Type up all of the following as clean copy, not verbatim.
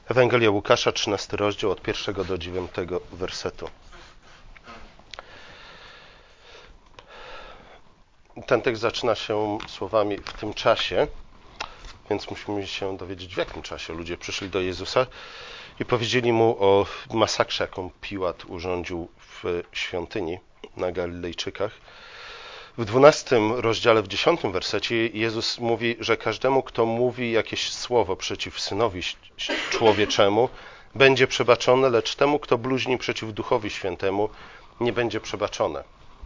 Ewangelia Łukasza, 13 rozdział, od 1 do 9 wersetu. Ten tekst zaczyna się słowami w tym czasie, więc musimy się dowiedzieć, w jakim czasie ludzie przyszli do Jezusa i powiedzieli mu o masakrze, jaką Piłat urządził w świątyni na Galilejczykach. W 12 rozdziale, w 10 wersecie Jezus mówi, że każdemu, kto mówi jakieś słowo przeciw Synowi Człowieczemu, będzie przebaczone, lecz temu, kto bluźni przeciw Duchowi Świętemu, nie będzie przebaczone.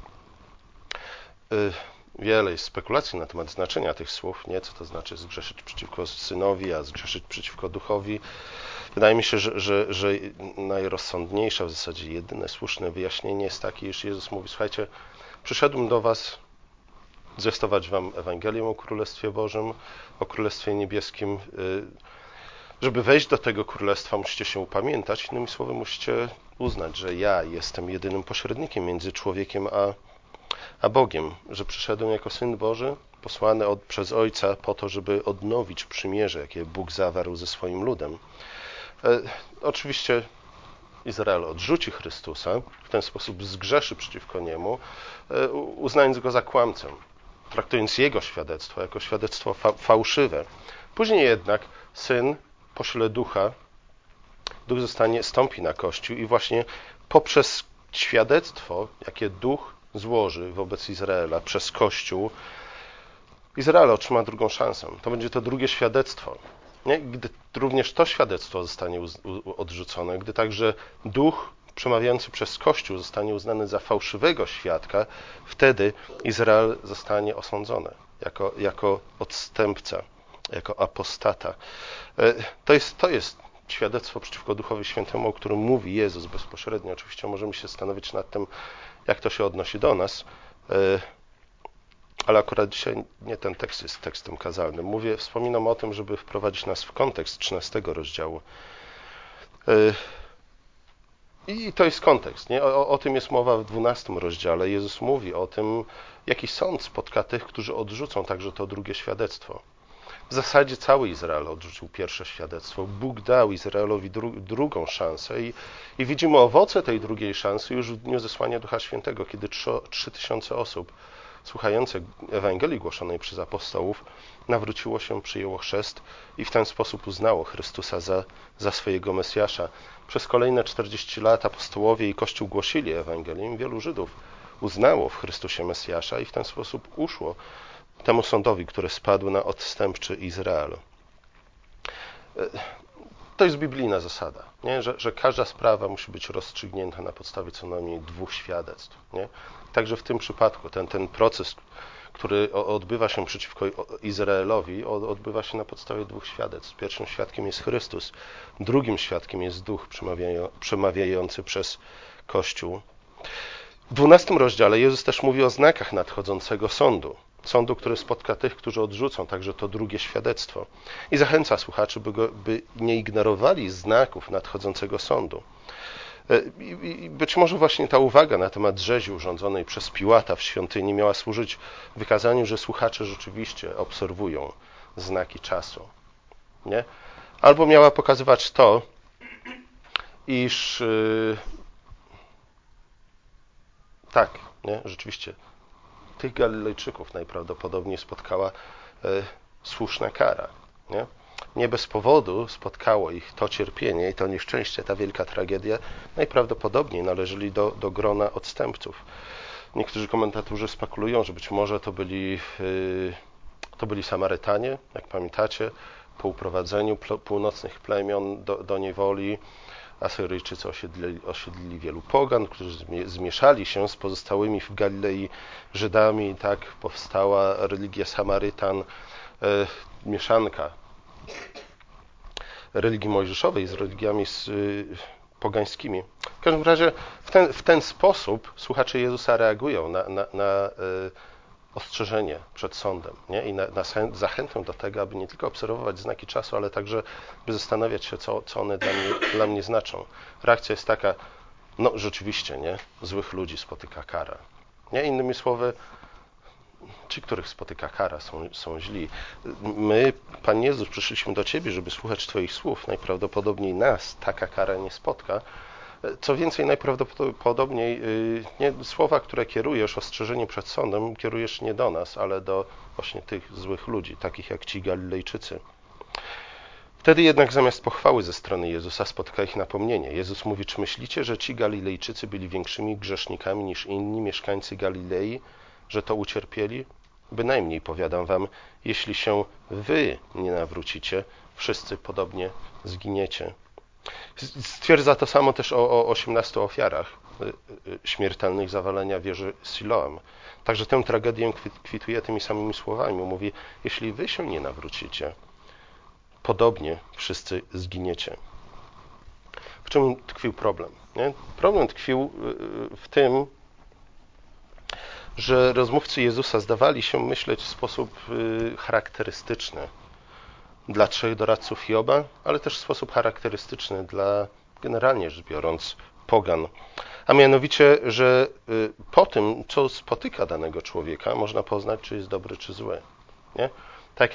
Wiele jest spekulacji na temat znaczenia tych słów, nie? Co to znaczy zgrzeszyć przeciwko Synowi, a zgrzeszyć przeciwko Duchowi. Wydaje mi się, że najrozsądniejsze, w zasadzie jedyne słuszne wyjaśnienie jest takie, iż Jezus mówi, słuchajcie, przyszedłem do was zwiastować wam Ewangelię o Królestwie Bożym, o Królestwie Niebieskim. Żeby wejść do tego Królestwa, musicie się upamiętać. Innymi słowy, musicie uznać, że ja jestem jedynym pośrednikiem między człowiekiem a Bogiem, że przyszedłem jako Syn Boży, posłany przez Ojca po to, żeby odnowić przymierze, jakie Bóg zawarł ze swoim ludem. Oczywiście Izrael odrzuci Chrystusa, w ten sposób zgrzeszy przeciwko Niemu, uznając Go za kłamcę, traktując Jego świadectwo jako świadectwo fałszywe. Później jednak Syn pośle Ducha, Duch stąpi na Kościół i właśnie poprzez świadectwo, jakie Duch złoży wobec Izraela przez Kościół, Izrael otrzyma drugą szansę. To będzie to drugie świadectwo. Nie? Gdy również to świadectwo zostanie odrzucone, gdy także Duch przemawiający przez Kościół zostanie uznany za fałszywego świadka, wtedy Izrael zostanie osądzony jako odstępca, jako apostata. To jest świadectwo przeciwko Duchowi Świętemu, o którym mówi Jezus bezpośrednio. Oczywiście możemy się zastanowić nad tym, jak to się odnosi do nas, ale akurat dzisiaj nie ten tekst jest tekstem kazalnym. Wspominam o tym, żeby wprowadzić nas w kontekst 13 rozdziału. I to jest kontekst. Nie? O tym jest mowa w 12 rozdziale. Jezus mówi o tym, jaki sąd spotka tych, którzy odrzucą także to drugie świadectwo. W zasadzie cały Izrael odrzucił pierwsze świadectwo. Bóg dał Izraelowi drugą szansę i widzimy owoce tej drugiej szansy już w dniu zesłania Ducha Świętego, kiedy 3000 osób słuchających Ewangelii głoszonej przez apostołów nawróciło się, przyjęło chrzest i w ten sposób uznało Chrystusa za swojego Mesjasza. Przez kolejne 40 lat apostołowie i Kościół głosili Ewangelię. Wielu Żydów uznało w Chrystusie Mesjasza i w ten sposób uszło temu sądowi, który spadł na odstępczy Izrael. To jest biblijna zasada, nie? Że każda sprawa musi być rozstrzygnięta na podstawie co najmniej 2 świadectw. Nie? Także w tym przypadku ten proces, który odbywa się przeciwko Izraelowi, odbywa się na podstawie 2 świadectw. Pierwszym świadkiem jest Chrystus, drugim świadkiem jest Duch przemawiający przez Kościół. W 12 rozdziale Jezus też mówi o znakach nadchodzącego sądu. Sądu, który spotka tych, którzy odrzucą także to drugie świadectwo. I zachęca słuchaczy, by nie ignorowali znaków nadchodzącego sądu. I być może właśnie ta uwaga na temat rzezi urządzonej przez Piłata w świątyni miała służyć wykazaniu, że słuchacze rzeczywiście obserwują znaki czasu. Nie? Albo miała pokazywać to, iż tak, nie? Rzeczywiście tych Galilejczyków najprawdopodobniej spotkała słuszna kara. Nie bez powodu spotkało ich to cierpienie i to nieszczęście, ta wielka tragedia. Najprawdopodobniej należeli do grona odstępców. Niektórzy komentatorzy spekulują, że być może to byli Samarytanie, jak pamiętacie, po uprowadzeniu północnych plemion do niewoli. Asyryjczycy osiedlili wielu pogan, którzy zmieszali się z pozostałymi w Galilei Żydami i tak powstała religia Samarytan, mieszanka religii mojżeszowej z religiami pogańskimi. W każdym razie w ten sposób słuchacze Jezusa reagują na ostrzeżenie przed sądem, nie? I na zachętę do tego, aby nie tylko obserwować znaki czasu, ale także by zastanawiać się, co one dla mnie znaczą. Reakcja jest taka, no rzeczywiście, nie? Złych ludzi spotyka kara. Nie? Innymi słowy, ci, których spotyka kara, są źli. My, Panie Jezus, przyszliśmy do Ciebie, żeby słuchać Twoich słów. Najprawdopodobniej nas taka kara nie spotka. Co więcej, najprawdopodobniej słowa, które kierujesz, ostrzeżenie przed sądem, kierujesz nie do nas, ale do właśnie tych złych ludzi, takich jak ci Galilejczycy. Wtedy jednak zamiast pochwały ze strony Jezusa spotyka ich napomnienie. Jezus mówi, czy myślicie, że ci Galilejczycy byli większymi grzesznikami niż inni mieszkańcy Galilei, że to ucierpieli? Bynajmniej, powiadam wam, jeśli się wy nie nawrócicie, wszyscy podobnie zginiecie. Stwierdza to samo też o 18 ofiarach śmiertelnych zawalenia wieży Siloam. Także tę tragedię kwituje tymi samymi słowami. Mówi, jeśli wy się nie nawrócicie, podobnie wszyscy zginiecie. W czym tkwił problem? Nie? Problem tkwił w tym, że rozmówcy Jezusa zdawali się myśleć w sposób charakterystyczny dla trzech doradców Hioba, ale też w sposób charakterystyczny dla, generalnie rzecz biorąc, pogan. A mianowicie, że po tym, co spotyka danego człowieka, można poznać, czy jest dobry, czy zły. Nie? Tak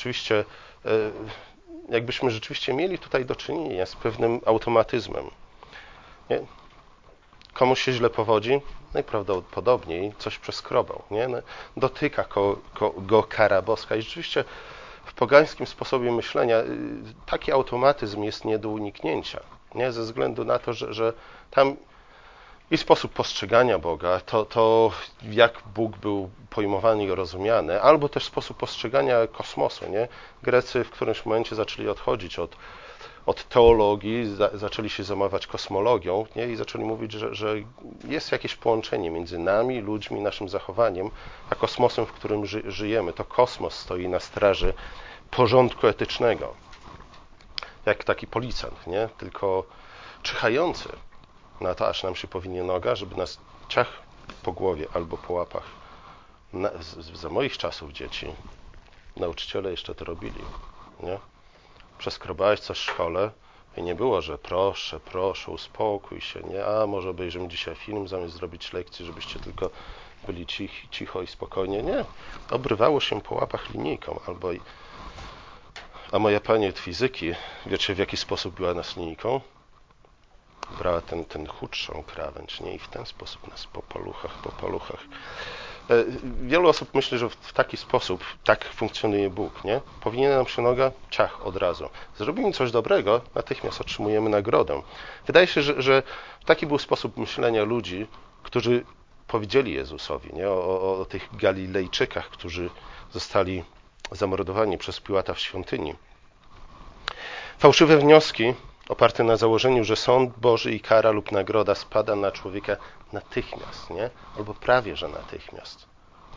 jakbyśmy rzeczywiście mieli tutaj do czynienia z pewnym automatyzmem. Nie? Komuś się źle powodzi, najprawdopodobniej coś przeskrobał. Nie? Dotyka go kara boska. I rzeczywiście w pogańskim sposobie myślenia taki automatyzm jest nie do uniknięcia. Nie? Ze względu na to, że tam i sposób postrzegania Boga, to jak Bóg był pojmowany i rozumiany, albo też sposób postrzegania kosmosu. Nie? Grecy w którymś momencie zaczęli odchodzić od teologii, zaczęli się zajmować kosmologią, nie? I zaczęli mówić, że jest jakieś połączenie między nami, ludźmi, naszym zachowaniem, a kosmosem, w którym żyjemy. To kosmos stoi na straży porządku etycznego. Jak taki policjant, nie? Tylko czyhający na to, aż nam się powinie noga, żeby nas ciach po głowie albo po łapach. Za moich czasów dzieci nauczyciele jeszcze to robili, nie? Przeskrobałeś coś w szkole i nie było, że proszę, uspokój się, nie? A może obejrzymy dzisiaj film zamiast zrobić lekcję, żebyście tylko byli cicho i spokojnie. Nie. Obrywało się po łapach linijką albo... A moja pani od fizyki, wiecie w jaki sposób była nas linijką? Brała ten chudszą krawędź, nie? I w ten sposób nas po paluchach. Wielu osób myśli, że w taki sposób tak funkcjonuje Bóg, nie? Powinien nam się noga, ciach od razu. Zrobimy coś dobrego, natychmiast otrzymujemy nagrodę. Wydaje się, że taki był sposób myślenia ludzi, którzy powiedzieli Jezusowi, nie? O tych Galilejczykach, którzy zostali zamordowani przez Piłata w świątyni. Fałszywe wnioski oparte na założeniu, że sąd Boży i kara lub nagroda spada na człowieka natychmiast, nie? Albo prawie, że natychmiast.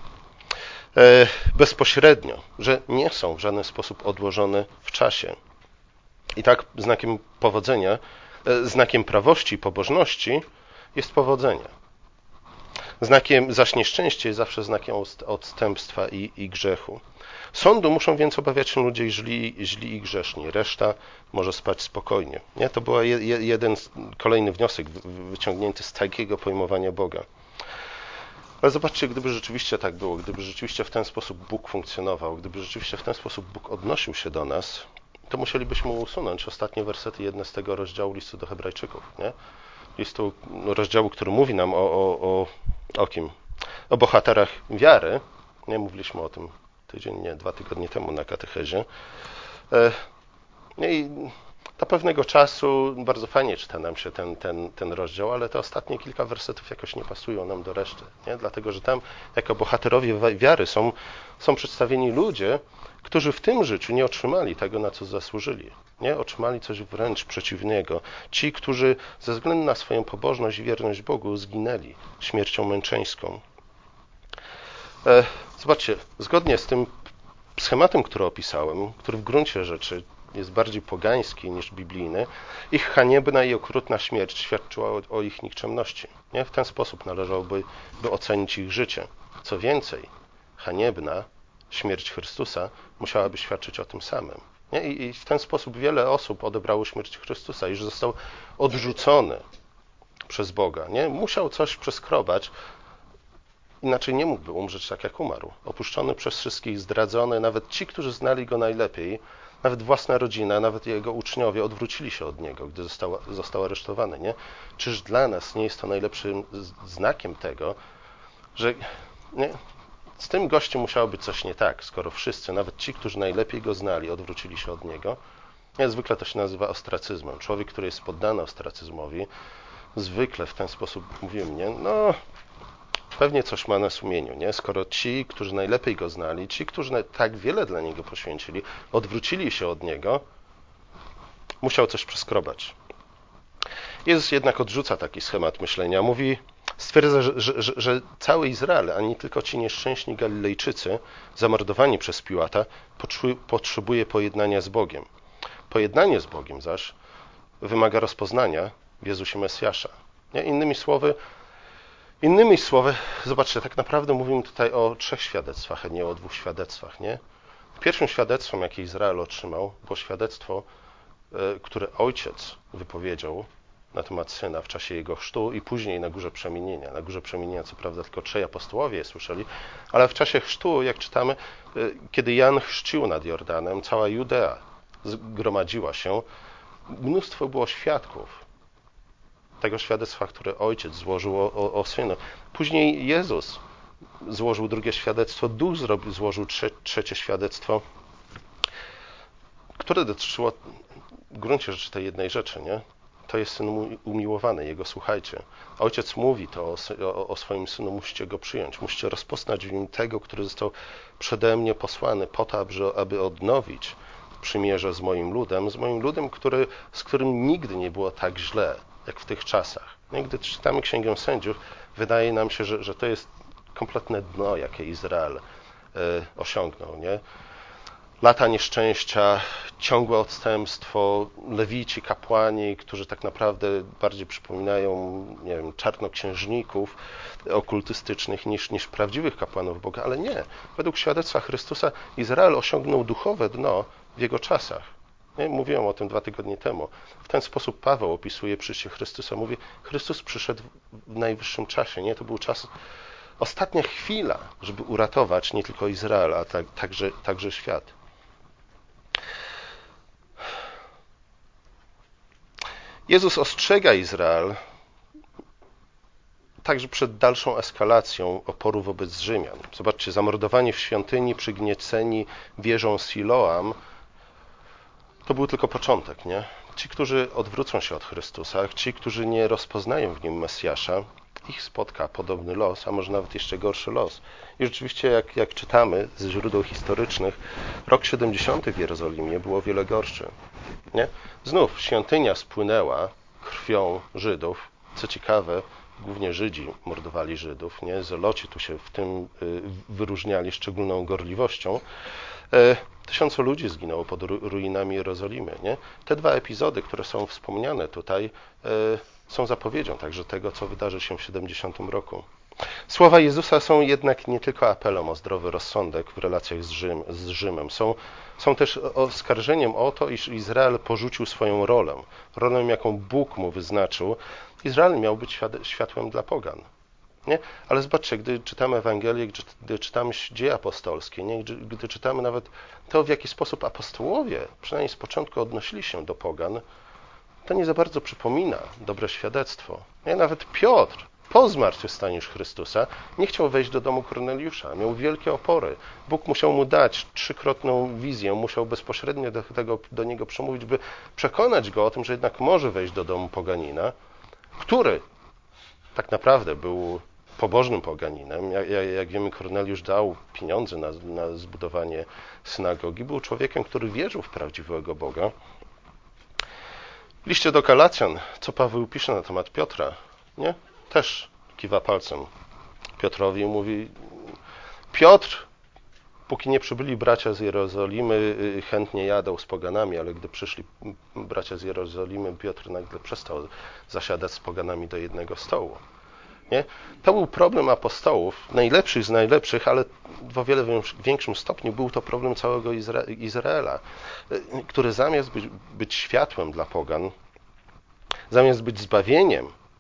Bezpośrednio, że nie są w żaden sposób odłożone w czasie. I tak znakiem powodzenia, znakiem prawości i pobożności jest powodzenie. Znakiem zaś nieszczęścia jest zawsze znakiem odstępstwa i grzechu. Sądu muszą więc obawiać się ludzie źli i grzeszni. Reszta może spać spokojnie. Nie? To był jeden kolejny wniosek wyciągnięty z takiego pojmowania Boga. Ale zobaczcie, gdyby rzeczywiście tak było, gdyby rzeczywiście w ten sposób Bóg funkcjonował, gdyby rzeczywiście w ten sposób Bóg odnosił się do nas, to musielibyśmy usunąć ostatnie wersety 11 rozdziału listu do Hebrajczyków. Nie? Listu, rozdziału, który mówi nam o kim? O bohaterach wiary. Nie mówiliśmy o tym tydzień, nie, 2 tygodnie temu na katechezie. I do pewnego czasu bardzo fajnie czyta nam się ten rozdział, ale te ostatnie kilka wersetów jakoś nie pasują nam do reszty. Nie? Dlatego, że tam jako bohaterowie wiary są przedstawieni ludzie, którzy w tym życiu nie otrzymali tego, na co zasłużyli. Nie? Otrzymali coś wręcz przeciwnego. Ci, którzy ze względu na swoją pobożność i wierność Bogu zginęli śmiercią męczeńską. Zobaczcie, zgodnie z tym schematem, który opisałem, który w gruncie rzeczy jest bardziej pogański niż biblijny, ich haniebna i okrutna śmierć świadczyła o ich nikczemności. Nie? W ten sposób należałoby ocenić ich życie. Co więcej, haniebna śmierć Chrystusa musiałaby świadczyć o tym samym. Nie? I w ten sposób wiele osób odebrało śmierć Chrystusa, iż został odrzucony przez Boga. Nie? Musiał coś przeskrobać, inaczej nie mógłby umrzeć tak, jak umarł. Opuszczony przez wszystkich, zdradzony, nawet ci, którzy znali go najlepiej, nawet własna rodzina, nawet jego uczniowie odwrócili się od niego, gdy został aresztowany. Nie? Czyż dla nas nie jest to najlepszym znakiem tego, że nie, z tym gościem musiało być coś nie tak, skoro wszyscy, nawet ci, którzy najlepiej go znali, odwrócili się od niego. Nie, zwykle to się nazywa ostracyzmem. Człowiek, który jest poddany ostracyzmowi, zwykle w ten sposób mówimy, nie? No, pewnie coś ma na sumieniu, nie? Skoro ci, którzy najlepiej go znali, ci, którzy tak wiele dla niego poświęcili, odwrócili się od niego, musiał coś przeskrobać. Jezus jednak odrzuca taki schemat myślenia. Stwierdza, że cały Izrael, a nie tylko ci nieszczęśni Galilejczycy, zamordowani przez Piłata, potrzebuje pojednania z Bogiem. Pojednanie z Bogiem zaś wymaga rozpoznania w Jezusie Mesjasza. Nie? Innymi słowy, zobaczcie, tak naprawdę mówimy tutaj o 3 świadectwach, a nie o 2 świadectwach. Nie? Pierwszym świadectwem, jakie Izrael otrzymał, było świadectwo, które ojciec wypowiedział na temat syna w czasie jego chrztu i później na Górze Przemienienia. Na Górze Przemienienia co prawda tylko 3 apostołowie je słyszeli, ale w czasie chrztu, jak czytamy, kiedy Jan chrzcił nad Jordanem, cała Judea zgromadziła się, mnóstwo było świadków tego świadectwa, które ojciec złożył o synu. Później Jezus złożył drugie świadectwo, Duch złożył trzecie świadectwo, które dotyczyło w gruncie rzeczy tej jednej rzeczy, nie? To jest Syn mój umiłowany, Jego słuchajcie. Ojciec mówi to o swoim Synu, musicie Go przyjąć, musicie rozpoznać w Nim tego, który został przede mnie posłany po to, aby odnowić przymierze z moim ludem, z którym nigdy nie było tak źle, jak w tych czasach. Gdy czytamy Księgę Sędziów, wydaje nam się, że to jest kompletne dno, jakie Izrael osiągnął. Nie? Lata nieszczęścia, ciągłe odstępstwo, lewici, kapłani, którzy tak naprawdę bardziej przypominają, nie wiem, czarnoksiężników okultystycznych niż prawdziwych kapłanów Boga, ale nie. Według świadectwa Chrystusa Izrael osiągnął duchowe dno w jego czasach. Nie? Mówiłem o tym 2 tygodnie temu. W ten sposób Paweł opisuje przyjście Chrystusa. Mówi, Chrystus przyszedł w najwyższym czasie. Nie? To był czas, ostatnia chwila, żeby uratować nie tylko Izrael, a także świat. Jezus ostrzega Izrael także przed dalszą eskalacją oporu wobec Rzymian. Zobaczcie, zamordowani w świątyni, przygnieceni wieżą Siloam, to był tylko początek, nie? Ci, którzy odwrócą się od Chrystusa, ci, którzy nie rozpoznają w Nim Mesjasza, ich spotka podobny los, a może nawet jeszcze gorszy los. I rzeczywiście, jak czytamy ze źródeł historycznych, rok 70 w Jerozolimie był o wiele gorszy. Nie? Znów świątynia spłynęła krwią Żydów. Co ciekawe, głównie Żydzi mordowali Żydów. Nie? Zeloci tu się w tym wyróżniali szczególną gorliwością. 1000 ludzi zginęło pod ruinami Jerozolimy. Nie? Te 2 epizody, które są wspomniane tutaj, są zapowiedzią także tego, co wydarzy się w 70 roku. Słowa Jezusa są jednak nie tylko apelem o zdrowy rozsądek w relacjach z Rzymem. Są też oskarżeniem o to, iż Izrael porzucił swoją rolę, jaką Bóg mu wyznaczył. Izrael miał być światłem dla pogan. Nie? Ale zobaczcie, gdy czytamy Ewangelię, gdy czytamy dzieje apostolskie, nie? Gdy czytamy nawet to, w jaki sposób apostołowie, przynajmniej z początku, odnosili się do pogan, to nie za bardzo przypomina dobre świadectwo. Nie? Nawet Piotr, po zmartwychwstaniu już Chrystusa, nie chciał wejść do domu Korneliusza. Miał wielkie opory. Bóg musiał mu dać 3-krotną wizję, musiał bezpośrednio do niego przemówić, by przekonać go o tym, że jednak może wejść do domu poganina, który tak naprawdę był pobożnym poganinem. Jak wiemy, Korneliusz dał pieniądze na zbudowanie synagogi. Był człowiekiem, który wierzył w prawdziwego Boga. W liście do Galacjan, co Paweł pisze na temat Piotra, nie? Też kiwa palcem Piotrowi i mówi: Piotr, póki nie przybyli bracia z Jerozolimy, chętnie jadał z poganami, ale gdy przyszli bracia z Jerozolimy, Piotr nagle przestał zasiadać z poganami do jednego stołu. Nie? To był problem apostołów, najlepszych z najlepszych, ale w o wiele większym stopniu był to problem całego Izraela, który zamiast być światłem dla pogan, zamiast być zbawieniem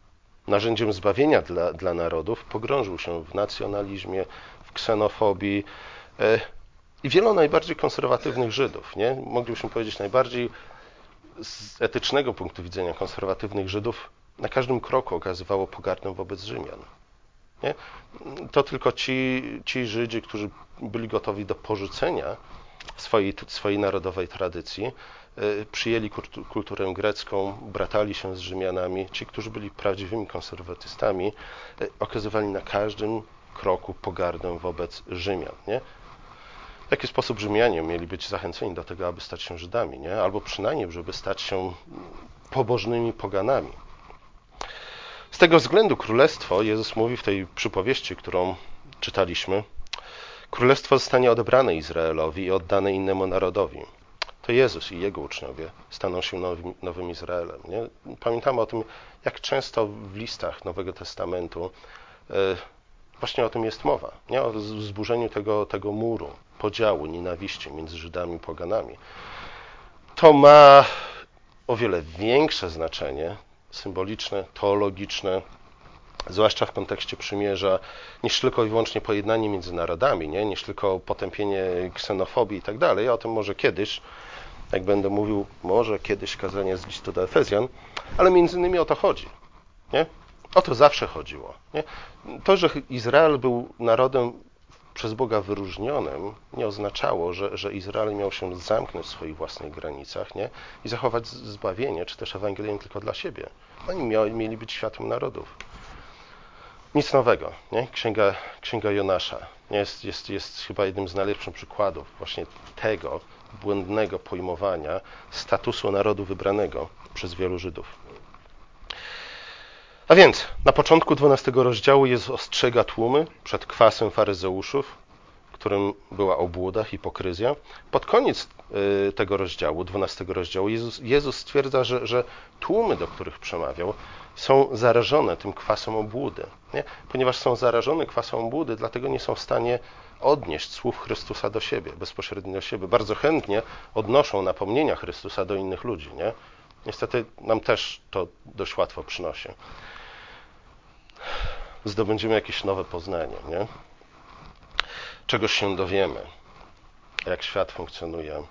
narzędziem zbawienia dla narodów, pogrążył się w nacjonalizmie, w ksenofobii i wielu najbardziej konserwatywnych Żydów, nie? Moglibyśmy powiedzieć najbardziej z etycznego punktu widzenia konserwatywnych Żydów na każdym kroku okazywało pogardę wobec Rzymian. Nie? To tylko ci Żydzi, którzy byli gotowi do porzucenia swojej narodowej tradycji, przyjęli kulturę grecką, bratali się z Rzymianami. Ci, którzy byli prawdziwymi konserwatystami, okazywali na każdym kroku pogardę wobec Rzymian. Nie? W jaki sposób Rzymianie mieli być zachęceni do tego, aby stać się Żydami, nie? Albo przynajmniej, żeby stać się pobożnymi poganami. Z tego względu królestwo, Jezus mówi w tej przypowieści, którą czytaliśmy, królestwo zostanie odebrane Izraelowi i oddane innemu narodowi. To Jezus i Jego uczniowie staną się nowym Izraelem. Nie? Pamiętamy o tym, jak często w listach Nowego Testamentu właśnie o tym jest mowa. Nie? O zburzeniu tego muru, podziału, nienawiści między Żydami i poganami. To ma o wiele większe znaczenie symboliczne, teologiczne, zwłaszcza w kontekście przymierza, niż tylko i wyłącznie pojednanie między narodami, nie? Niż tylko potępienie ksenofobii i tak dalej. Ja o tym może kiedyś, jak będę mówił, może kiedyś kazanie z listu do Efezjan, ale między innymi o to chodzi. Nie? O to zawsze chodziło. Nie? To, że Izrael był narodem przez Boga wyróżnionym, nie oznaczało, że Izrael miał się zamknąć w swoich własnych granicach, nie? I zachować zbawienie, czy też Ewangelię tylko dla siebie. Oni mieli być światłem narodów. Nic nowego. Nie? Księga Jonasza jest chyba jednym z najlepszych przykładów właśnie tego błędnego pojmowania statusu narodu wybranego przez wielu Żydów. A więc na początku 12 rozdziału Jezus ostrzega tłumy przed kwasem faryzeuszów, którym była obłuda, hipokryzja. Pod koniec tego rozdziału, 12 rozdziału, Jezus stwierdza, że tłumy, do których przemawiał, są zarażone tym kwasem obłudy. Nie? Ponieważ są zarażone kwasem obłudy, dlatego nie są w stanie odnieść słów Chrystusa do siebie, bezpośrednio do siebie. Bardzo chętnie odnoszą napomnienia Chrystusa do innych ludzi. Nie? Niestety nam też to dość łatwo przynosi. Zdobędziemy jakieś nowe poznanie, nie? Czegoś się dowiemy, jak świat funkcjonuje,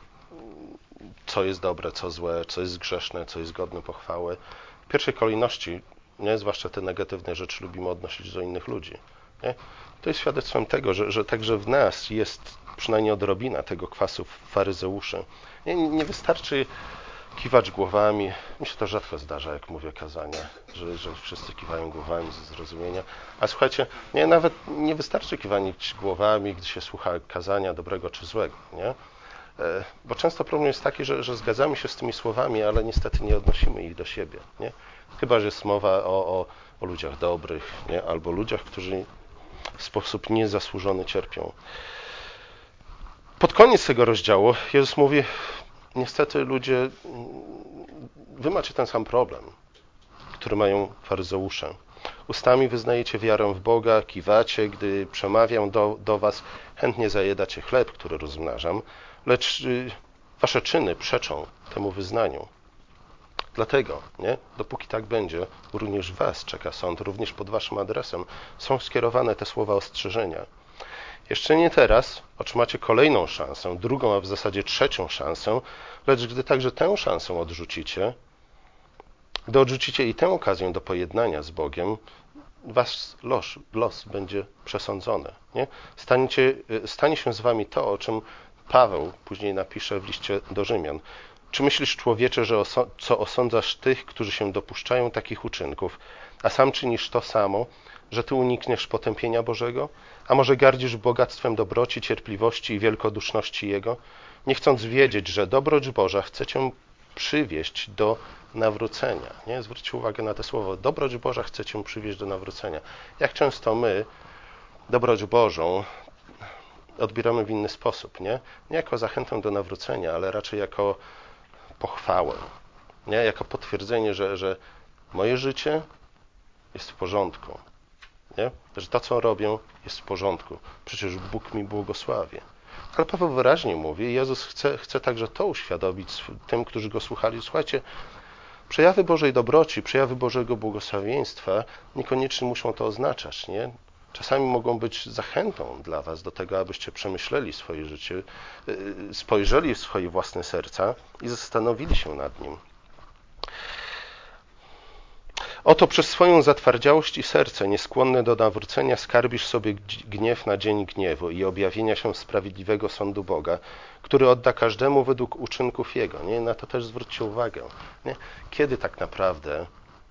co jest dobre, co złe, co jest grzeszne, co jest godne pochwały. W pierwszej kolejności, nie? Zwłaszcza te negatywne rzeczy lubimy odnosić do innych ludzi. Nie? To jest świadectwem tego, że także w nas jest przynajmniej odrobina tego kwasu faryzeuszy. Nie wystarczy kiwać głowami. Mi się to rzadko zdarza, jak mówię kazania, że wszyscy kiwają głowami ze zrozumienia. A słuchajcie, nawet nie wystarczy kiwać głowami, gdy się słucha kazania dobrego czy złego, nie? Bo często problem jest taki, że zgadzamy się z tymi słowami, ale niestety nie odnosimy ich do siebie, nie? Chyba że jest mowa o ludziach dobrych, nie? Albo ludziach, którzy w sposób niezasłużony cierpią. Pod koniec tego rozdziału Jezus mówi: niestety ludzie, wy macie ten sam problem, który mają faryzeusze. Ustami wyznajecie wiarę w Boga, kiwacie, gdy przemawiam do was, chętnie zajedacie chleb, który rozmnażam, lecz wasze czyny przeczą temu wyznaniu. Dlatego, dopóki tak będzie, również was czeka sąd, również pod waszym adresem są skierowane te słowa ostrzeżenia. Jeszcze nie teraz otrzymacie kolejną szansę, drugą, a w zasadzie trzecią szansę, lecz gdy także tę szansę odrzucicie, gdy odrzucicie i tę okazję do pojednania z Bogiem, wasz los będzie przesądzony. Nie? Stanie się z wami to, o czym Paweł później napisze w liście do Rzymian. Czy myślisz, człowiecze, że co osądzasz tych, którzy się dopuszczają takich uczynków, a sam czynisz to samo, że ty unikniesz potępienia Bożego? A może gardzisz bogactwem dobroci, cierpliwości i wielkoduszności Jego, nie chcąc wiedzieć, że dobroć Boża chce cię przywieść do nawrócenia. Nie? Zwróćcie uwagę na to słowo. Dobroć Boża chce cię przywieść do nawrócenia. Jak często my dobroć Bożą odbieramy w inny sposób. Nie jako zachętę do nawrócenia, ale raczej jako pochwałę. Nie? Jako potwierdzenie, że moje życie jest w porządku. Nie? Że to, co robię, jest w porządku. Przecież Bóg mi błogosławi. Ale Paweł wyraźnie mówi, Jezus chce także to uświadomić tym, którzy Go słuchali. Słuchajcie, Przejawy Bożej dobroci, przejawy Bożego błogosławieństwa niekoniecznie muszą to oznaczać, nie? Czasami mogą być zachętą dla was do tego, abyście przemyśleli swoje życie, spojrzeli w swoje własne serca i zastanowili się nad nim. Oto przez swoją zatwardziałość i serce nieskłonne do nawrócenia skarbisz sobie gniew na dzień gniewu i objawienia się sprawiedliwego sądu Boga, który odda każdemu według uczynków Jego. Nie? Na to też zwróćcie uwagę. Nie? Kiedy tak naprawdę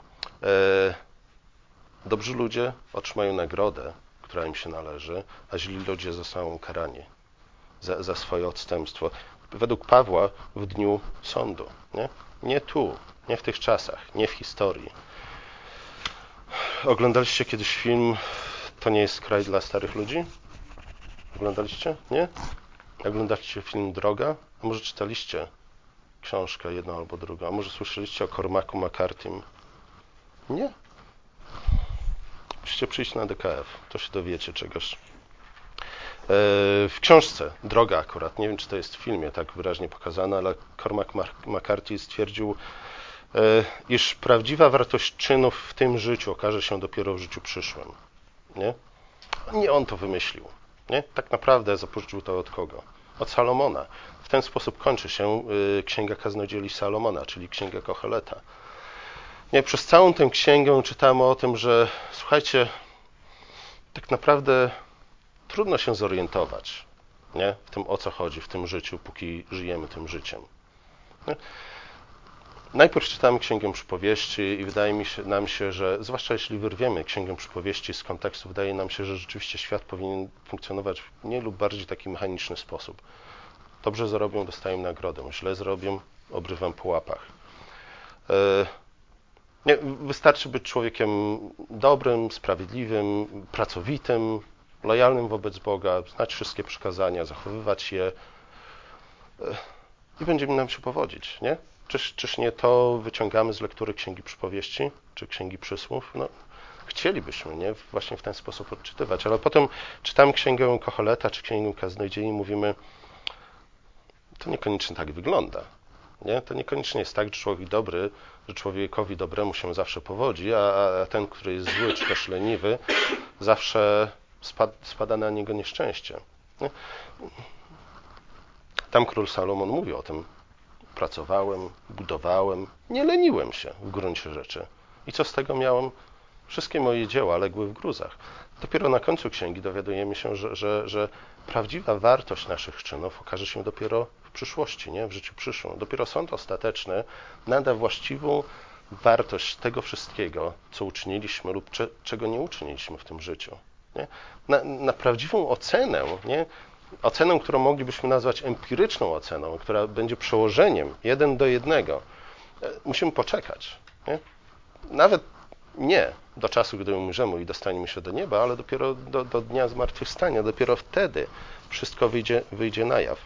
dobrzy ludzie otrzymają nagrodę, która im się należy, a źli ludzie zostaną karani za swoje odstępstwo. Według Pawła w dniu sądu. Nie tu, nie w tych czasach, nie w historii. Oglądaliście kiedyś film To nie jest kraj dla starych ludzi? Oglądaliście? Nie? Oglądaliście film Droga? A może czytaliście książkę jedną albo drugą? A może słyszeliście o Cormacu McCarthym? Nie? Musicie przyjść na DKF, to się dowiecie czegoś. W książce Droga akurat, nie wiem czy to jest w filmie tak wyraźnie pokazane, ale Cormac McCarthy stwierdził, iż prawdziwa wartość czynów w tym życiu okaże się dopiero w życiu przyszłym. Nie on to wymyślił. Nie? Tak naprawdę zapożyczył to od kogo? Od Salomona. W ten sposób kończy się Księga Kaznodziei Salomona, czyli Księga Koheleta. Nie, przez całą tę księgę czytamy o tym, że słuchajcie, tak naprawdę trudno się zorientować, nie? W tym, o co chodzi w tym życiu, póki żyjemy tym życiem. Nie? Najpierw czytamy Księgę Przypowieści i wydaje nam się, że, zwłaszcza jeśli wyrwiemy Księgę Przypowieści z kontekstu, wydaje nam się, że rzeczywiście świat powinien funkcjonować w mniej lub bardziej taki mechaniczny sposób. Dobrze zrobią, dostają nagrodę, źle zrobią, obrywam po łapach. Nie, wystarczy być człowiekiem dobrym, sprawiedliwym, pracowitym, lojalnym wobec Boga, znać wszystkie przykazania, zachowywać je i będzie nam się powodzić, nie? Czyż nie to wyciągamy z lektury Księgi Przypowieści, czy Księgi Przysłów? No, chcielibyśmy, nie? Właśnie w ten sposób odczytywać, ale potem czytamy Księgę Koheleta, czy Księgę Kaznodziei i mówimy, to niekoniecznie tak wygląda. Nie? To niekoniecznie jest tak, że człowiek dobry, że człowiekowi dobremu się zawsze powodzi, a ten, który jest zły czy też leniwy, zawsze spada na niego nieszczęście. Nie? Tam król Salomon mówi o tym. Pracowałem, budowałem, nie leniłem się w gruncie rzeczy. I co z tego miałem? Wszystkie moje dzieła legły w gruzach. Dopiero na końcu księgi dowiadujemy się, że prawdziwa wartość naszych czynów okaże się dopiero w przyszłości, nie? W życiu przyszłym. Dopiero sąd ostateczny nada właściwą wartość tego wszystkiego, co uczyniliśmy lub czego nie uczyniliśmy w tym życiu. Nie? Na prawdziwą ocenę, nie? Ocenę, którą moglibyśmy nazwać empiryczną oceną, która będzie przełożeniem 1:1, musimy poczekać. Nie? Nawet nie do czasu, gdy umrzemy i dostaniemy się do nieba, ale dopiero do dnia zmartwychwstania. Dopiero wtedy wszystko wyjdzie na jaw.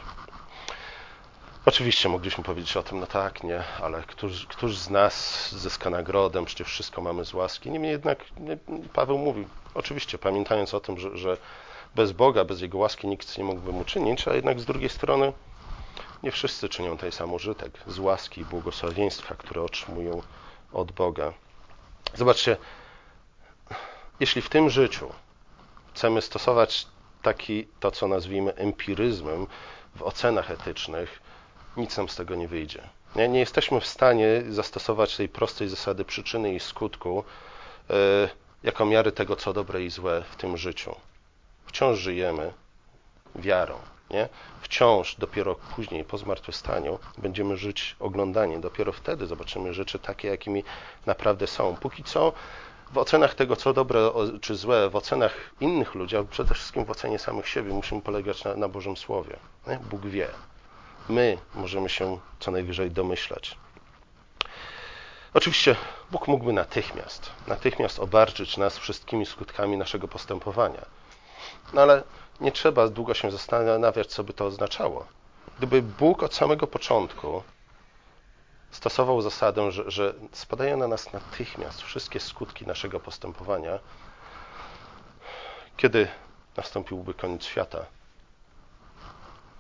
Oczywiście mogliśmy powiedzieć o tym, no tak, nie, ale któż z nas zyska nagrodę, przecież wszystko mamy z łaski. Niemniej jednak Paweł mówi, oczywiście pamiętając o tym, że bez Boga, bez Jego łaski nikt nie mógłby mu czynić, a jednak z drugiej strony nie wszyscy czynią ten sam użytek z łaski i błogosławieństwa, które otrzymują od Boga. Zobaczcie, jeśli w tym życiu chcemy stosować to, co nazwijmy empiryzmem w ocenach etycznych, nic nam z tego nie wyjdzie. Nie jesteśmy w stanie zastosować tej prostej zasady przyczyny i skutku jako miary tego, co dobre i złe w tym życiu. Wciąż żyjemy wiarą. Nie? Wciąż dopiero później, po zmartwychwstaniu, będziemy żyć oglądaniem. Dopiero wtedy zobaczymy rzeczy takie, jakimi naprawdę są. Póki co w ocenach tego, co dobre czy złe, w ocenach innych ludzi, ale przede wszystkim w ocenie samych siebie, musimy polegać na Bożym Słowie. Nie? Bóg wie. My możemy się co najwyżej domyślać. Oczywiście Bóg mógłby natychmiast obarczyć nas wszystkimi skutkami naszego postępowania. No ale nie trzeba długo się zastanawiać, co by to oznaczało. Gdyby Bóg od samego początku stosował zasadę, że spadają na nas natychmiast wszystkie skutki naszego postępowania, kiedy nastąpiłby koniec świata?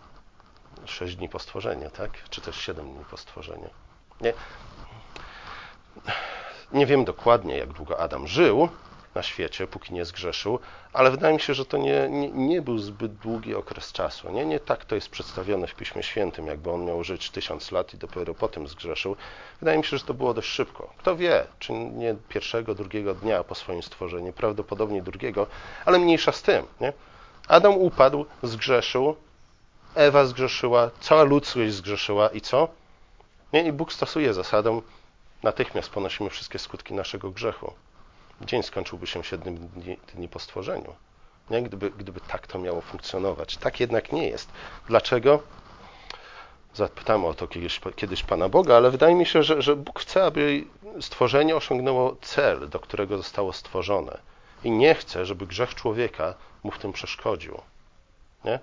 6 dni po stworzeniu, tak? Czy też 7 dni po stworzeniu. Nie? Nie wiem dokładnie, jak długo Adam żył na świecie, póki nie zgrzeszył, ale wydaje mi się, że to nie był zbyt długi okres czasu. Nie tak to jest przedstawione w Piśmie Świętym, jakby on miał żyć 1000 lat i dopiero potem zgrzeszył. Wydaje mi się, że to było dość szybko. Kto wie, czy nie pierwszego, drugiego dnia po swoim stworzeniu, prawdopodobnie drugiego, ale mniejsza z tym. Nie? Adam upadł, zgrzeszył, Ewa zgrzeszyła, cała ludzkość zgrzeszyła i co? Nie? I Bóg stosuje zasadę, natychmiast ponosimy wszystkie skutki naszego grzechu. Dzień skończyłby się 7 dni po stworzeniu. Nie? Gdyby tak to miało funkcjonować. Tak jednak nie jest. Dlaczego? Zapytamy o to kiedyś Pana Boga, ale wydaje mi się, że Bóg chce, aby stworzenie osiągnęło cel, do którego zostało stworzone. I nie chce, żeby grzech człowieka mu w tym przeszkodził. Nie?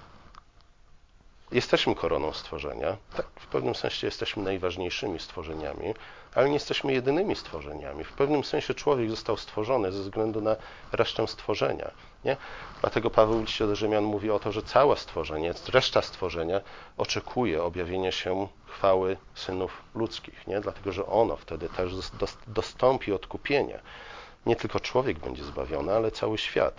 Jesteśmy koroną stworzenia. Tak, w pewnym sensie jesteśmy najważniejszymi stworzeniami, ale nie jesteśmy jedynymi stworzeniami. W pewnym sensie człowiek został stworzony ze względu na resztę stworzenia. Nie? Dlatego Paweł w liście do Rzymian mówi o to, że całe stworzenie, reszta stworzenia oczekuje objawienia się chwały synów ludzkich. Nie? Dlatego, że ono wtedy też dostąpi odkupienia. Nie tylko człowiek będzie zbawiony, ale cały świat.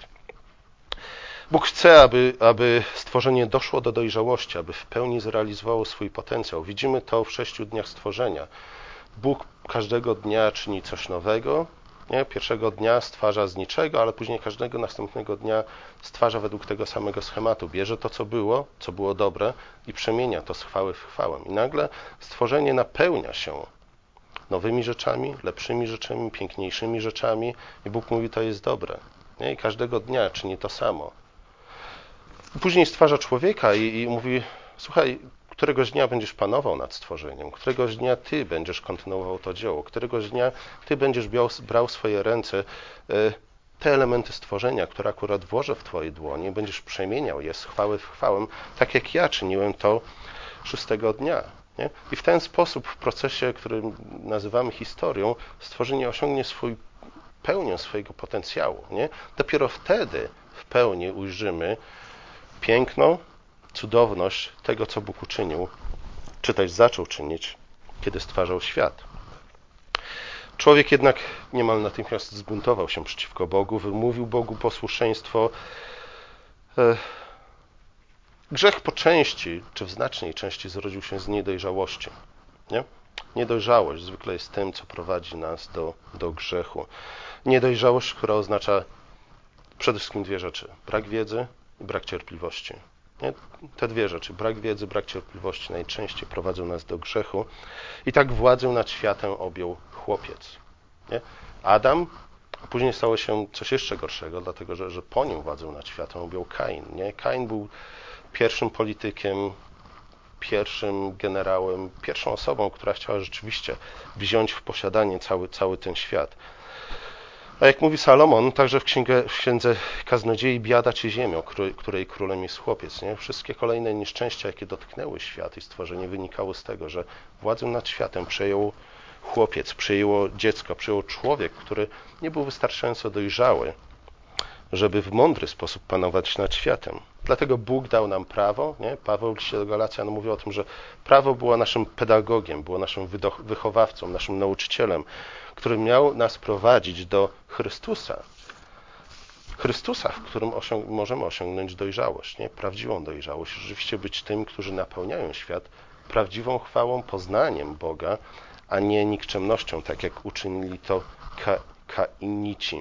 Bóg chce, aby stworzenie doszło do dojrzałości, aby w pełni zrealizowało swój potencjał. Widzimy to w 6 dniach stworzenia. Bóg każdego dnia czyni coś nowego. Nie? Pierwszego dnia stwarza z niczego, ale później każdego następnego dnia stwarza według tego samego schematu. Bierze to, co było dobre i przemienia to z chwały w chwałę. I nagle stworzenie napełnia się nowymi rzeczami, lepszymi rzeczami, piękniejszymi rzeczami i Bóg mówi, to jest dobre. Nie? I każdego dnia czyni to samo. Później stwarza człowieka i mówi, słuchaj, któregoś dnia będziesz panował nad stworzeniem, któregoś dnia ty będziesz kontynuował to dzieło, któregoś dnia ty będziesz brał w swoje ręce te elementy stworzenia, które akurat włożę w twojej dłoni, będziesz przemieniał je z chwały w chwałę, tak jak ja czyniłem to 6 dnia. Nie? I w ten sposób w procesie, który nazywamy historią, stworzenie osiągnie pełnię swojego potencjału. Nie? Dopiero wtedy w pełni ujrzymy piękno, cudowność tego, co Bóg uczynił, czy też zaczął czynić, kiedy stwarzał świat. Człowiek jednak niemal natychmiast zbuntował się przeciwko Bogu, wymówił Bogu posłuszeństwo. Grzech po części, czy w znacznej części zrodził się z niedojrzałości. Nie? Niedojrzałość zwykle jest tym, co prowadzi nas do grzechu. Niedojrzałość, która oznacza przede wszystkim 2 rzeczy. Brak wiedzy i brak cierpliwości. Nie? Te 2 rzeczy, brak wiedzy, brak cierpliwości najczęściej prowadzą nas do grzechu. I tak władzę nad światem objął chłopiec. Nie? Adam, a później stało się coś jeszcze gorszego, dlatego że po nim władzę nad światem objął Kain. Nie? Kain był pierwszym politykiem, pierwszym generałem, pierwszą osobą, która chciała rzeczywiście wziąć w posiadanie cały ten świat. A jak mówi Salomon, także w księdze Kaznodziei, biada ci ziemią, której królem jest chłopiec. Nie? Wszystkie kolejne nieszczęścia, jakie dotknęły świat i stworzenie, wynikały z tego, że władzę nad światem przejął chłopiec, przejęło dziecko, przejął człowiek, który nie był wystarczająco dojrzały, żeby w mądry sposób panować nad światem. Dlatego Bóg dał nam prawo. Nie? Paweł w liście do Galacjan mówi o tym, że prawo było naszym pedagogiem, było naszym wychowawcą, naszym nauczycielem, który miał nas prowadzić do Chrystusa. Chrystusa, w którym możemy osiągnąć dojrzałość, nie? Prawdziwą dojrzałość, rzeczywiście być tym, którzy napełniają świat prawdziwą chwałą, poznaniem Boga, a nie nikczemnością, tak jak uczynili to Kainici.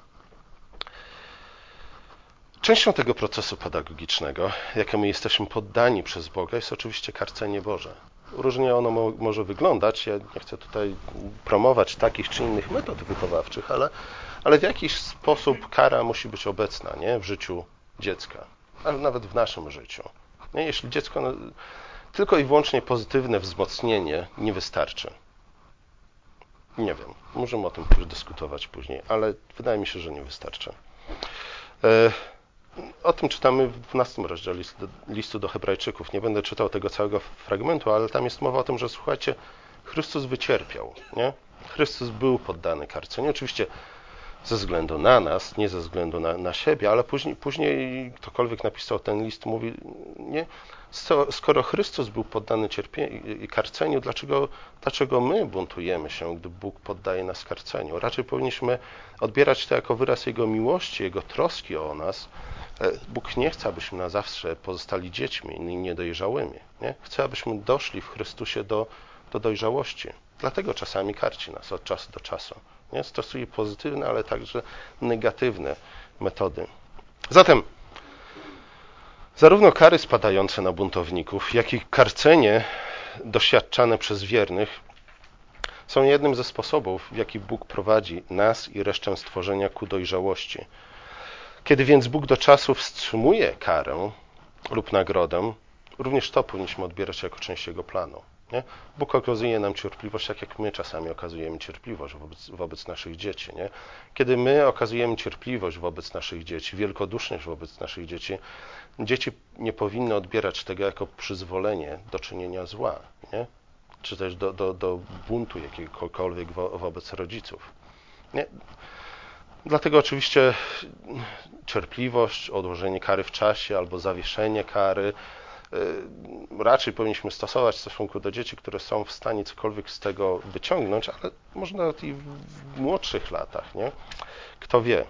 Częścią tego procesu pedagogicznego, jakiemu jesteśmy poddani przez Boga, jest oczywiście karcenie Boże. Różnie ono może wyglądać. Ja nie chcę tutaj promować takich czy innych metod wychowawczych, ale w jakiś sposób kara musi być obecna, nie? W życiu dziecka, ale nawet w naszym życiu. Nie? Jeśli dziecko tylko i wyłącznie pozytywne wzmocnienie nie wystarczy. Nie wiem, możemy o tym dyskutować później, ale wydaje mi się, że nie wystarczy. O tym czytamy w 12 rozdziale listu do Hebrajczyków. Nie będę czytał tego całego fragmentu, ale tam jest mowa o tym, że słuchajcie, Chrystus wycierpiał. Nie? Chrystus był poddany karceniu. Oczywiście ze względu na nas, nie ze względu na siebie, ale później ktokolwiek napisał ten list, mówi, nie, skoro Chrystus był poddany cierpieniu i karceniu, dlaczego my buntujemy się, gdy Bóg poddaje nas karceniu? Raczej powinniśmy odbierać to jako wyraz Jego miłości, Jego troski o nas. Bóg nie chce, abyśmy na zawsze pozostali dziećmi niedojrzałymi. Nie? Chce, abyśmy doszli w Chrystusie do dojrzałości. Dlatego czasami karci nas od czasu do czasu. Nie? Stosuje pozytywne, ale także negatywne metody. Zatem zarówno kary spadające na buntowników, jak i karcenie doświadczane przez wiernych są jednym ze sposobów, w jaki Bóg prowadzi nas i resztę stworzenia ku dojrzałości. Kiedy więc Bóg do czasu wstrzymuje karę lub nagrodę, również to powinniśmy odbierać jako część Jego planu. Nie? Bóg okazuje nam cierpliwość, tak jak my czasami okazujemy cierpliwość wobec naszych dzieci. Nie? Kiedy my okazujemy cierpliwość wobec naszych dzieci, wielkoduszność wobec naszych dzieci, dzieci nie powinny odbierać tego jako przyzwolenie do czynienia zła, nie? Czy też do buntu jakiegokolwiek wobec rodziców. Nie? Dlatego oczywiście cierpliwość, odłożenie kary w czasie albo zawieszenie kary raczej powinniśmy stosować w stosunku do dzieci, które są w stanie cokolwiek z tego wyciągnąć, ale może nawet i w młodszych latach, nie? Kto wie.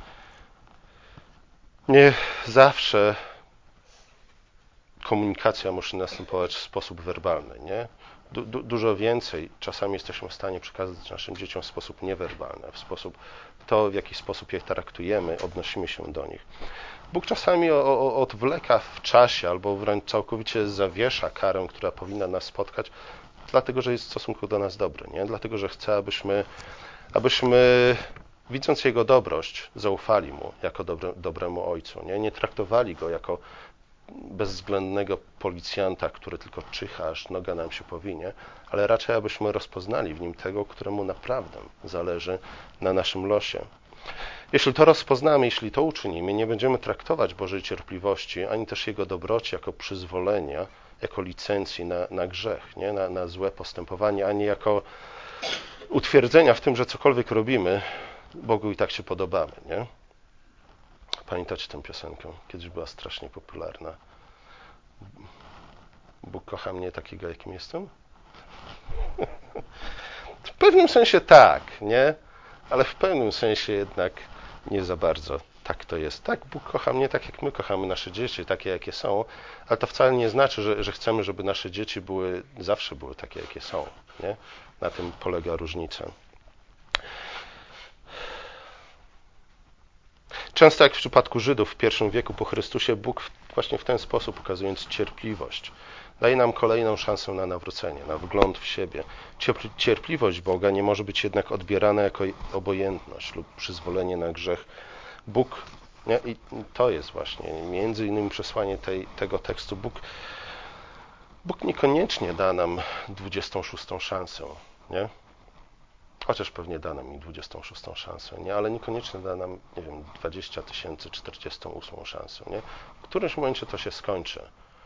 Nie zawsze komunikacja musi następować w sposób werbalny, nie? Dużo więcej czasami jesteśmy w stanie przekazać naszym dzieciom w sposób niewerbalny, w jaki sposób je traktujemy, odnosimy się do nich. Bóg czasami odwleka w czasie albo wręcz całkowicie zawiesza karę, która powinna nas spotkać, dlatego, że jest w stosunku do nas dobry, nie? Dlatego, że chce, abyśmy widząc Jego dobrość, zaufali Mu jako dobremu Ojcu, nie traktowali Go jako bezwzględnego policjanta, który tylko czyha, aż noga nam się powinie, ale raczej abyśmy rozpoznali w Nim tego, któremu naprawdę zależy na naszym losie. Jeśli to rozpoznamy, jeśli to uczynimy, nie będziemy traktować Bożej cierpliwości, ani też Jego dobroci jako przyzwolenia, jako licencji na grzech, nie? Na złe postępowanie, ani jako utwierdzenia w tym, że cokolwiek robimy, Bogu i tak się podobamy. Nie? Pamiętacie tę piosenkę? Kiedyś była strasznie popularna. Bóg kocha mnie takiego, jakim jestem? W pewnym sensie tak, nie? Ale w pewnym sensie jednak nie za bardzo. Tak to jest. Tak, Bóg kocha mnie tak, jak my kochamy nasze dzieci, takie, jakie są, ale to wcale nie znaczy, że chcemy, żeby nasze dzieci zawsze były takie, jakie są. Nie? Na tym polega różnica. Często jak w przypadku Żydów w I wieku po Chrystusie, Bóg właśnie w ten sposób, ukazując cierpliwość, daje nam kolejną szansę na nawrócenie, na wgląd w siebie. Cierpliwość Boga nie może być jednak odbierana jako obojętność lub przyzwolenie na grzech. Bóg, nie? I to jest właśnie między innymi przesłanie tego tekstu. Bóg niekoniecznie da nam 26. szansę, nie? Chociaż pewnie da nam i 26. szansę, nie? Ale niekoniecznie da nam, nie wiem, 20 048 szansę, nie? W którymś momencie to się skończy.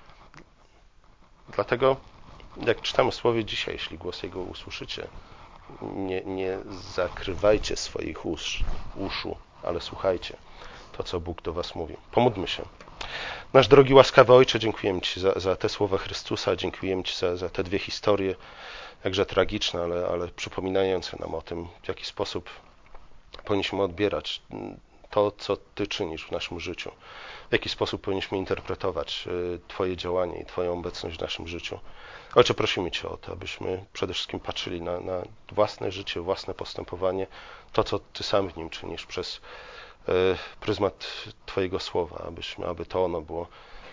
Dlatego, jak czytamy w Słowie dzisiaj, jeśli głos Jego usłyszycie, nie zakrywajcie swoich uszu, ale słuchajcie to, co Bóg do was mówi. Pomódlmy się. Nasz drogi, łaskawy Ojcze, dziękujemy Ci za te słowa Chrystusa, dziękujemy Ci za te dwie historie, jakże tragiczne, ale przypominające nam o tym, w jaki sposób powinniśmy odbierać to, co Ty czynisz w naszym życiu, w jaki sposób powinniśmy interpretować Twoje działanie i Twoją obecność w naszym życiu. Ojcze, prosimy Cię o to, abyśmy przede wszystkim patrzyli na własne życie, własne postępowanie, to, co Ty sam w nim czynisz przez pryzmat Twojego słowa, aby to ono było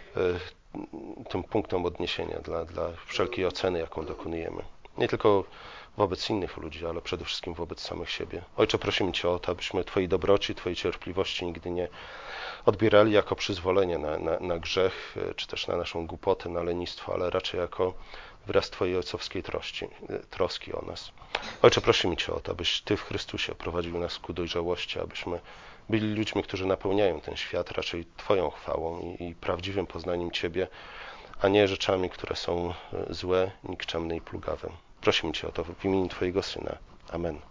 tym punktem odniesienia dla wszelkiej oceny, jaką dokonujemy. Nie tylko wobec innych ludzi, ale przede wszystkim wobec samych siebie. Ojcze, prosimy Cię o to, abyśmy Twojej dobroci, Twojej cierpliwości nigdy nie odbierali jako przyzwolenie na grzech, czy też na naszą głupotę, na lenistwo, ale raczej jako wyraz Twojej ojcowskiej troski o nas. Ojcze, prosimy Cię o to, abyś Ty w Chrystusie prowadził nas ku dojrzałości, abyśmy byli ludźmi, którzy napełniają ten świat raczej Twoją chwałą i prawdziwym poznaniem Ciebie, a nie rzeczami, które są złe, nikczemne i plugawe. Prosimy Cię o to w imieniu Twojego Syna. Amen.